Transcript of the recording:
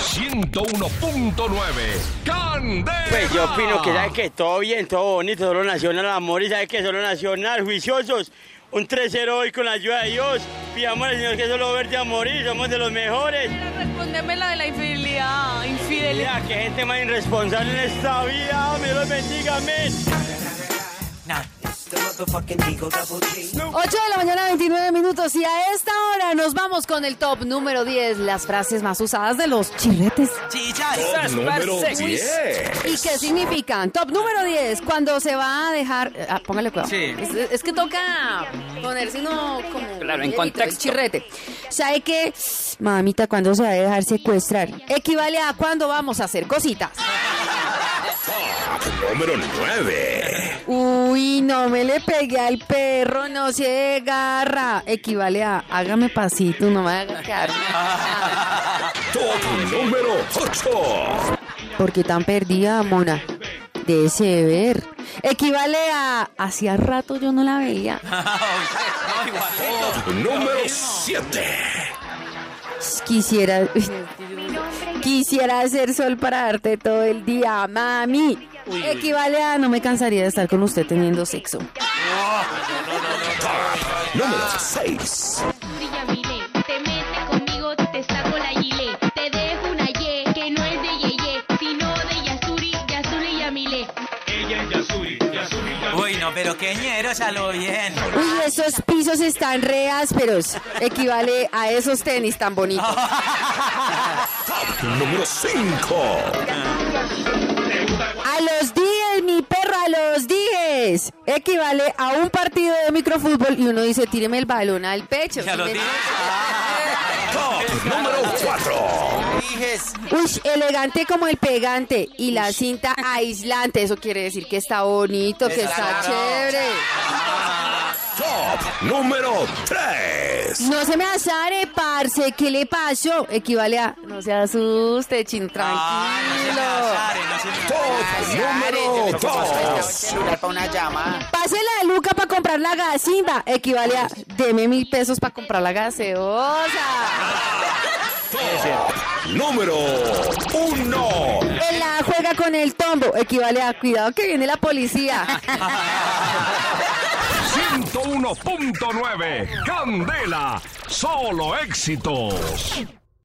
101.9 Candela. Pues yo opino que sabe que todo bien, todo bonito, solo nacional amor y sabe que solo nacional, juiciosos. Un 3-0 hoy con la ayuda de Dios. Pidamos al Señor que solo verte a morir, somos de los mejores. Respóndeme la de la infidelidad. Mira, qué gente más irresponsable en esta vida. Me los bendiga, amén. 8 de la mañana, 29 minutos. Y a esta hora nos vamos con el top número 10. Las frases más usadas de los chirretes. Top número 10. ¿Y qué significan? Top número 10. Cuando se va a dejar... póngale cuidado. Sí. Es que toca ponerse uno como... Claro, en el contexto. chirrete. ¿Sabe qué? Mamita, ¿cuándo se va a dejar secuestrar? Equivale a cuando vamos a hacer cositas. Top número 9. Uy, no me le pegué al perro, no se agarra. Equivale a hágame pasito, no me haga quedar. Top número 8. ¿Por qué tan perdida, mona? Déjese ver. Equivale a hacía rato yo no la veía. Top número 7. Quisiera hacer sol para darte todo el día, mami. Equivale a no me cansaría de estar con usted teniendo sexo. Top número 6. Te metes conmigo, te saco la gilet. Te dejo una ye que no es de Yeye, sino de Yasuri, Yasuri y Yamile. Uy, no, pero qué ñero, ya lo bien. Uy, esos pisos están re ásperos. Equivale a esos tenis tan bonitos. Top número 5. A los 10, mi perro, a los 10. Equivale a un partido de microfútbol y uno dice, tíreme el balón al pecho. Ya lo dije. Top número 4. Uy, elegante como el pegante y la cinta aislante. Eso quiere decir que está bonito, que está chévere. Top número 3. No se me azare, parce. ¿Qué le pasó? Equivale a no se asuste, chin, tranquilo. Top número 2. Celular para una llamada. Pase la luca para comprar la gasimba. Equivale a deme 1,000 pesos para comprar la gaseosa. Top número 1. En la juega con el tombo. Equivale a cuidado que viene la policía. 101.9 Candela. Solo éxitos.